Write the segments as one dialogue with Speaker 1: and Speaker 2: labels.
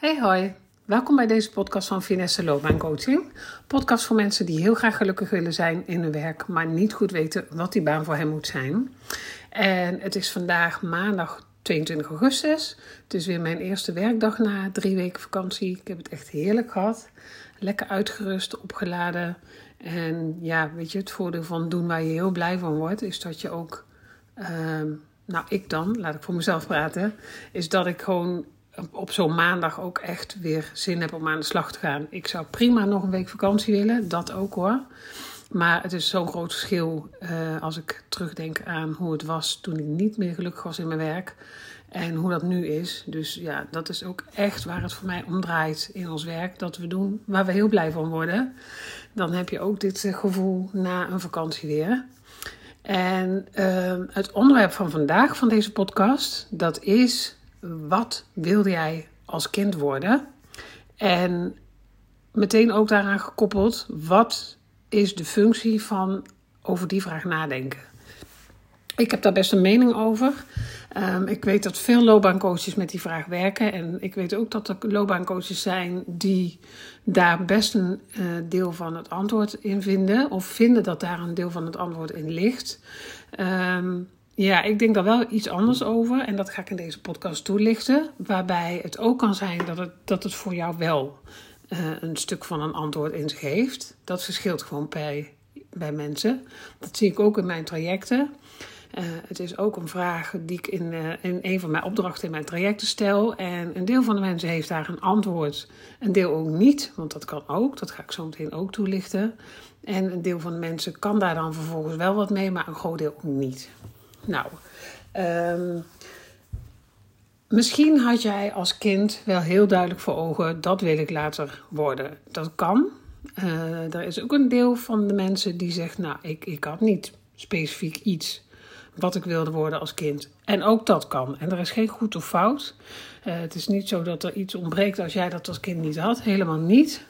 Speaker 1: Hey hoi, welkom bij deze podcast van Finesse Loopbaancoaching. Podcast voor mensen die heel graag gelukkig willen zijn in hun werk, maar niet goed weten wat die baan voor hen moet zijn. En het is vandaag maandag 22 augustus. Het is weer mijn eerste werkdag na 3 weken vakantie. Ik heb het echt heerlijk gehad. Lekker uitgerust, opgeladen. En ja, weet je, het voordeel van doen waar je heel blij van wordt, is dat je ook, laat ik voor mezelf praten, is dat ik gewoon op zo'n maandag ook echt weer zin heb om aan de slag te gaan. Ik zou prima nog een week vakantie willen, dat ook hoor. Maar het is zo'n groot verschil als ik terugdenk aan hoe het was toen ik niet meer gelukkig was in mijn werk. En hoe dat nu is. Dus ja, dat is ook echt waar het voor mij om draait in ons werk. Dat we doen waar we heel blij van worden. Dan heb je ook dit gevoel na een vakantie weer. En het onderwerp van vandaag van deze podcast, dat is: wat wilde jij als kind worden? En meteen ook daaraan gekoppeld, wat is de functie van over die vraag nadenken? Ik heb daar best een mening over. Ik weet dat veel loopbaancoaches met die vraag werken. En ik weet ook dat er loopbaancoaches zijn die daar best een deel van het antwoord in vinden. Of vinden dat daar een deel van het antwoord in ligt. Ja, ik denk daar wel iets anders over. En dat ga ik in deze podcast toelichten. Waarbij het ook kan zijn dat het voor jou wel een stuk van een antwoord in zich heeft. Dat verschilt gewoon bij mensen. Dat zie ik ook in mijn trajecten. Het is ook een vraag die ik in een van mijn opdrachten in mijn trajecten stel. En een deel van de mensen heeft daar een antwoord. Een deel ook niet, want dat kan ook. Dat ga ik zo meteen ook toelichten. En een deel van de mensen kan daar dan vervolgens wel wat mee, maar een groot deel ook niet. Nou, misschien had jij als kind wel heel duidelijk voor ogen, dat wil ik later worden. Dat kan. Er is ook een deel van de mensen die zegt, nou, ik had niet specifiek iets wat ik wilde worden als kind. En ook dat kan. En er is geen goed of fout. Het is niet zo dat er iets ontbreekt als jij dat als kind niet had. Helemaal niet.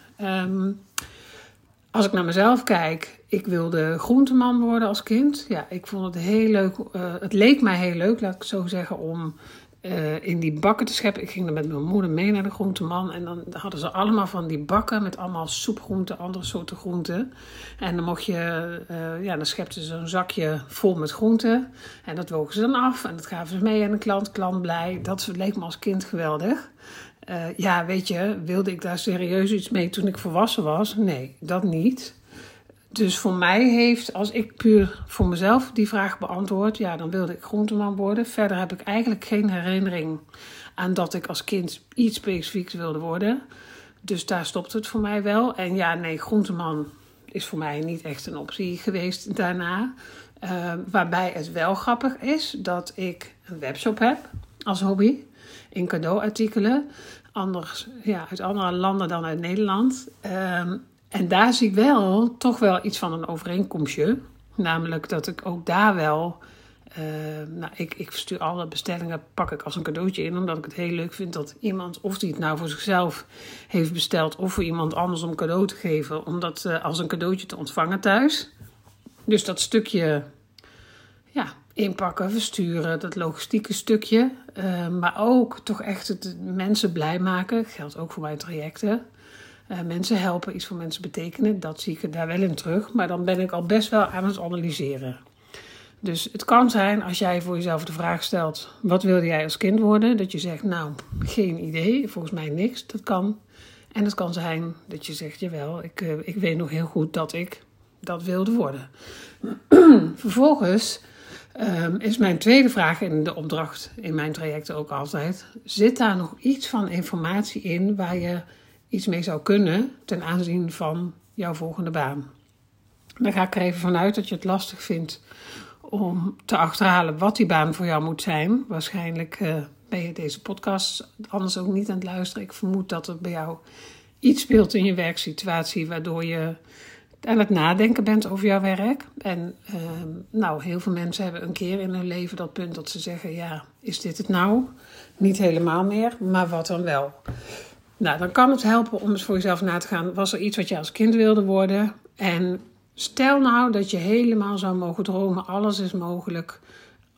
Speaker 1: Als ik naar mezelf kijk, ik wilde groenteman worden als kind. Ja, ik vond het heel leuk. Het leek mij heel leuk, laat ik het zo zeggen, om in die bakken te scheppen. Ik ging dan met mijn moeder mee naar de groenteman. En dan hadden ze allemaal van die bakken met allemaal soepgroenten, andere soorten groenten. En dan mocht je, dan schepten ze zo'n zakje vol met groenten. En dat wogen ze dan af. En dat gaven ze mee aan de klant blij. Dat leek me als kind geweldig. Weet je, wilde ik daar serieus iets mee toen ik volwassen was? Nee, dat niet. Dus voor mij heeft, als ik puur voor mezelf die vraag beantwoord, ja, dan wilde ik groenteman worden. Verder heb ik eigenlijk geen herinnering aan dat ik als kind iets specifieks wilde worden. Dus daar stopt het voor mij wel. En ja, nee, groenteman is voor mij niet echt een optie geweest daarna. Waarbij het wel grappig is dat ik een webshop heb als hobby in cadeauartikelen. Anders, ja, uit andere landen dan uit Nederland. En daar zie ik toch wel iets van een overeenkomstje. Namelijk dat ik ook daar wel, ik stuur alle bestellingen, pak ik als een cadeautje in. Omdat ik het heel leuk vind dat iemand, of die het nou voor zichzelf heeft besteld of voor iemand anders om cadeau te geven. Om dat als een cadeautje te ontvangen thuis. Dus dat stukje, ja, inpakken, versturen, dat logistieke stukje. Maar ook toch echt het mensen blij maken. Geldt ook voor mijn trajecten. Mensen helpen, iets voor mensen betekenen. Dat zie ik er daar wel in terug. Maar dan ben ik al best wel aan het analyseren. Dus het kan zijn, als jij voor jezelf de vraag stelt, wat wilde jij als kind worden? Dat je zegt, nou, geen idee. Volgens mij niks. Dat kan. En het kan zijn dat je zegt, jawel, ik weet nog heel goed dat ik dat wilde worden. Vervolgens is mijn tweede vraag in de opdracht in mijn trajecten ook altijd: zit daar nog iets van informatie in waar je iets mee zou kunnen ten aanzien van jouw volgende baan? Dan ga ik er even vanuit dat je het lastig vindt om te achterhalen wat die baan voor jou moet zijn. Waarschijnlijk ben je deze podcast anders ook niet aan het luisteren. Ik vermoed dat er bij jou iets speelt in je werksituatie waardoor je aan het nadenken bent over jouw werk. En heel veel mensen hebben een keer in hun leven dat punt dat ze zeggen, ja, is dit het nou? Niet helemaal meer, maar wat dan wel? Nou, dan kan het helpen om eens voor jezelf na te gaan. Was er iets wat je als kind wilde worden? En stel nou dat je helemaal zou mogen dromen. Alles is mogelijk.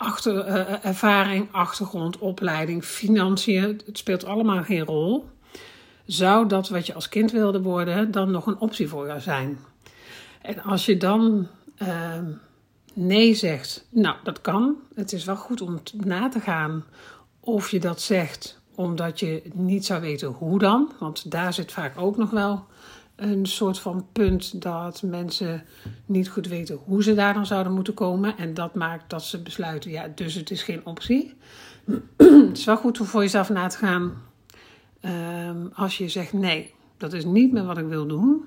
Speaker 1: Ervaring, achtergrond, opleiding, financiën. Het speelt allemaal geen rol. zou dat wat je als kind wilde worden dan nog een optie voor jou zijn? En als je dan nee zegt, nou dat kan. Het is wel goed om na te gaan of je dat zegt omdat je niet zou weten hoe dan. Want daar zit vaak ook nog wel een soort van punt dat mensen niet goed weten hoe ze daar dan zouden moeten komen. En dat maakt dat ze besluiten, ja, dus het is geen optie. Het is wel goed om voor jezelf na te gaan. Als je zegt, nee, dat is niet meer wat ik wil doen.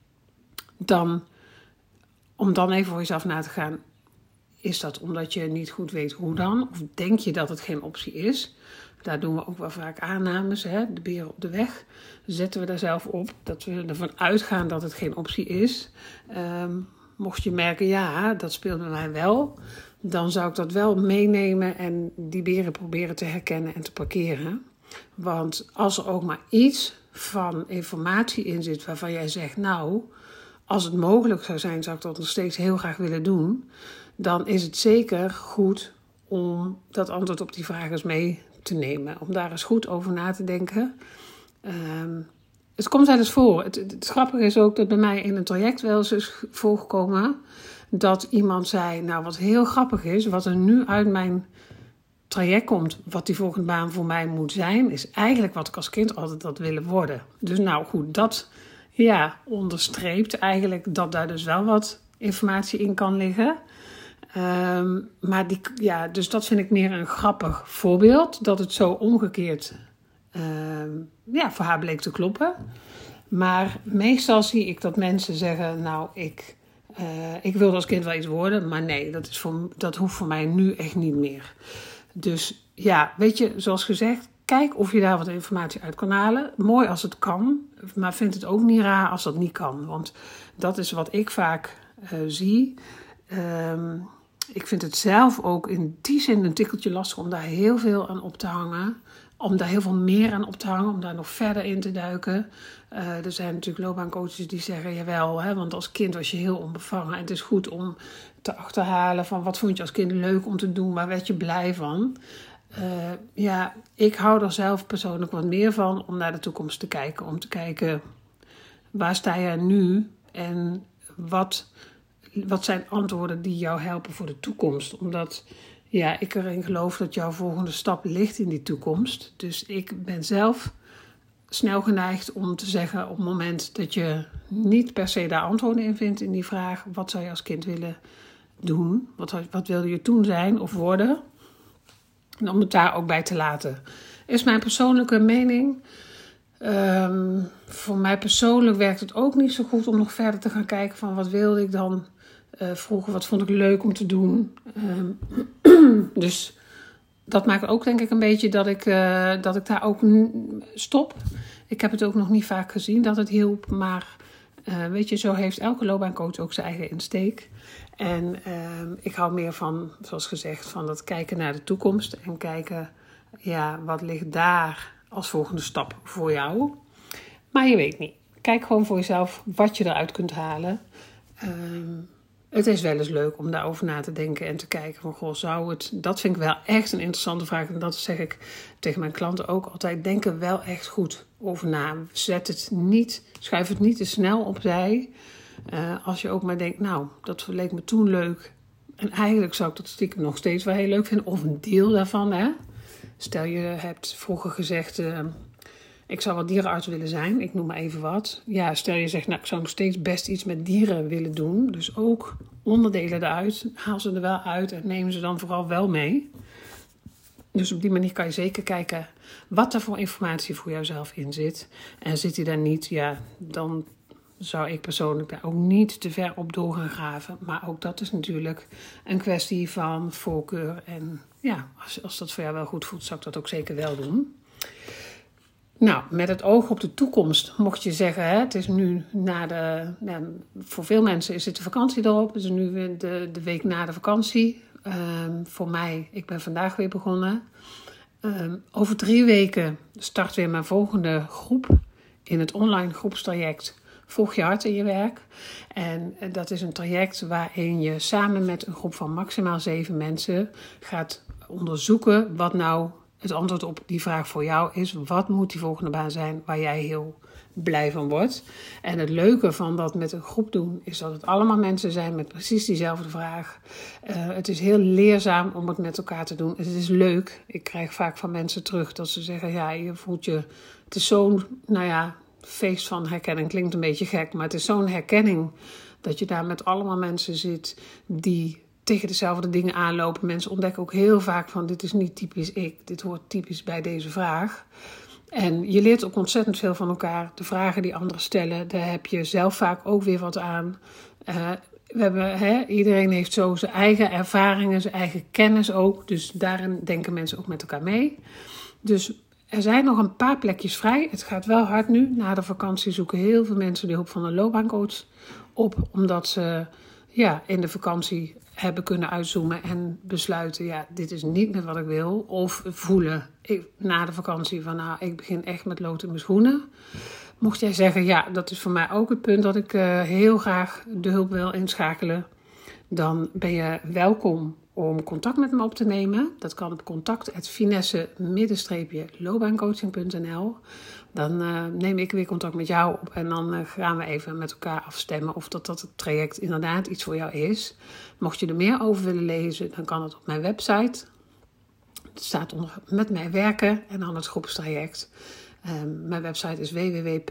Speaker 1: Om dan even voor jezelf na te gaan. Is dat omdat je niet goed weet hoe dan? Of denk je dat het geen optie is? Daar doen we ook wel vaak aannames. Hè? De beren op de weg zetten we daar zelf op. Dat we ervan uitgaan dat het geen optie is. Mocht je merken, ja, dat speelt bij mij wel. Dan zou ik dat wel meenemen en die beren proberen te herkennen en te parkeren. Want als er ook maar iets van informatie in zit waarvan jij zegt, nou, als het mogelijk zou zijn, zou ik dat nog steeds heel graag willen doen. Dan is het zeker goed om dat antwoord op die vraag eens mee te nemen. Om daar eens goed over na te denken. Het komt wel eens voor. Het grappige is ook dat bij mij in een traject wel eens is voorgekomen dat iemand zei, nou wat heel grappig is, wat er nu uit mijn traject komt, wat die volgende baan voor mij moet zijn, is eigenlijk wat ik als kind altijd had willen worden. Dus nou goed, dat onderstreept eigenlijk dat daar dus wel wat informatie in kan liggen. Dus dat vind ik meer een grappig voorbeeld. Dat het zo omgekeerd voor haar bleek te kloppen. Maar meestal zie ik dat mensen zeggen, nou, ik wilde als kind wel iets worden, maar nee, dat hoeft voor mij nu echt niet meer. Dus ja, weet je, zoals gezegd, kijk of je daar wat informatie uit kan halen. Mooi als het kan, maar vind het ook niet raar als dat niet kan. Want dat is wat ik vaak zie. Ik vind het zelf ook in die zin een tikkeltje lastig om daar heel veel aan op te hangen. Om daar heel veel meer aan op te hangen, om daar nog verder in te duiken. Er zijn natuurlijk loopbaancoaches die zeggen, jawel, hè, want als kind was je heel onbevangen. En het is goed om te achterhalen van wat vond je als kind leuk om te doen, waar werd je blij van. Ik hou er zelf persoonlijk wat meer van om naar de toekomst te kijken. Om te kijken, waar sta je nu en wat zijn antwoorden die jou helpen voor de toekomst. Omdat ik erin geloof dat jouw volgende stap ligt in die toekomst. Dus ik ben zelf snel geneigd om te zeggen op het moment dat je niet per se daar antwoorden in vindt in die vraag, wat zou je als kind willen doen? Wat wilde je toen zijn of worden? En om het daar ook bij te laten. Is mijn persoonlijke mening. Voor mij persoonlijk werkt het ook niet zo goed om nog verder te gaan kijken van wat wilde ik dan vroeger, wat vond ik leuk om te doen. Dus dat maakt ook denk ik een beetje dat ik daar ook stop. Ik heb het ook nog niet vaak gezien dat het hielp, maar weet je, zo heeft elke loopbaancoach ook zijn eigen insteek. En ik hou meer van, zoals gezegd, van dat kijken naar de toekomst en kijken, wat ligt daar als volgende stap voor jou. Maar je weet niet. Kijk gewoon voor jezelf wat je eruit kunt halen. Het is wel eens leuk om daarover na te denken en te kijken van, goh, dat vind ik wel echt een interessante vraag. En dat zeg ik tegen mijn klanten ook altijd. Denk er wel echt goed over na. Schuif het niet te snel opzij. Als je ook maar denkt, nou, dat leek me toen leuk. En eigenlijk zou ik dat stiekem nog steeds wel heel leuk vinden. Of een deel daarvan, hè. Stel je hebt vroeger gezegd, ik zou wel dierenarts willen zijn. Ik noem maar even wat. Ja, stel je zegt, nou, ik zou nog steeds best iets met dieren willen doen. Dus ook onderdelen eruit. Haal ze er wel uit en neem ze dan vooral wel mee. Dus op die manier kan je zeker kijken wat er voor informatie voor jouzelf in zit. En zit die daar niet, dan zou ik persoonlijk daar ook niet te ver op door gaan graven. Maar ook dat is natuurlijk een kwestie van voorkeur. En als dat voor jou wel goed voelt, zou ik dat ook zeker wel doen. Nou, met het oog op de toekomst, mocht je zeggen, het is nu voor veel mensen is het de vakantie erop. Het is nu de week na de vakantie. Voor mij, ik ben vandaag weer begonnen. Over 3 weken start weer mijn volgende groep in het online groepstraject Volg je hart in je werk. En dat is een traject waarin je samen met een groep van maximaal 7 mensen gaat onderzoeken wat nou het antwoord op die vraag voor jou is: wat moet die volgende baan zijn waar jij heel blij van wordt? En het leuke van dat met een groep doen is dat het allemaal mensen zijn met precies diezelfde vraag. Het is heel leerzaam om het met elkaar te doen. Het is leuk. Ik krijg vaak van mensen terug dat ze zeggen: ja, je voelt je. Het is zo'n, feest van herkenning. Klinkt een beetje gek, maar het is zo'n herkenning dat je daar met allemaal mensen zit die tegen dezelfde dingen aanlopen. Mensen ontdekken ook heel vaak van: dit is niet typisch ik, dit hoort typisch bij deze vraag. En je leert ook ontzettend veel van elkaar. De vragen die anderen stellen, daar heb je zelf vaak ook weer wat aan. Iedereen heeft zo zijn eigen ervaringen, zijn eigen kennis ook. Dus daarin denken mensen ook met elkaar mee. Dus er zijn nog een paar plekjes vrij. Het gaat wel hard nu. Na de vakantie zoeken heel veel mensen de hulp van een loopbaancoach op. Omdat ze in de vakantie hebben kunnen uitzoomen en besluiten: dit is niet meer wat ik wil. Of voelen na de vakantie van: ik begin echt met lood in mijn schoenen. Mocht jij zeggen: dat is voor mij ook het punt dat ik heel graag de hulp wil inschakelen. Dan ben je welkom om contact met me op te nemen. Dat kan op contact@finesse-loopbaancoaching.nl. Dan neem ik weer contact met jou op en dan gaan we even met elkaar afstemmen of dat het traject inderdaad iets voor jou is. Mocht je er meer over willen lezen, dan kan het op mijn website. Het staat onder met mij werken en dan het groepstraject. Mijn website is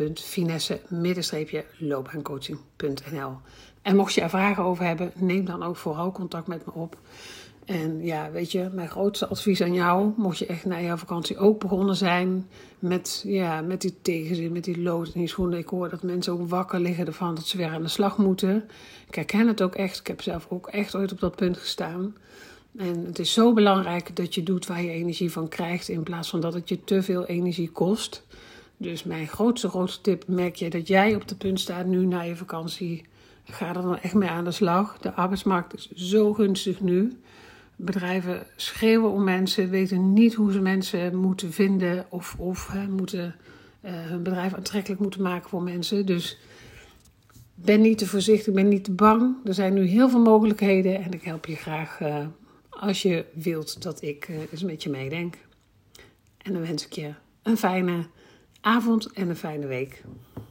Speaker 1: www.finesse-loopbaancoaching.nl. En mocht je er vragen over hebben, neem dan ook vooral contact met me op. En weet je, mijn grootste advies aan jou, mocht je echt na jouw vakantie ook begonnen zijn met die tegenzin, met die lood in die schoenen. Ik hoor dat mensen ook wakker liggen ervan dat ze weer aan de slag moeten. Ik herken het ook echt. Ik heb zelf ook echt ooit op dat punt gestaan. En het is zo belangrijk dat je doet waar je energie van krijgt, in plaats van dat het je te veel energie kost. Dus mijn grootste tip, merk je dat jij op het punt staat nu na je vakantie, ga er dan echt mee aan de slag. De arbeidsmarkt is zo gunstig nu. Bedrijven schreeuwen om mensen, weten niet hoe ze mensen moeten vinden of moeten hun bedrijf aantrekkelijk moeten maken voor mensen. Dus ben niet te voorzichtig, ben niet te bang. Er zijn nu heel veel mogelijkheden en ik help je graag als je wilt dat ik eens met je meedenk. En dan wens ik je een fijne avond en een fijne week.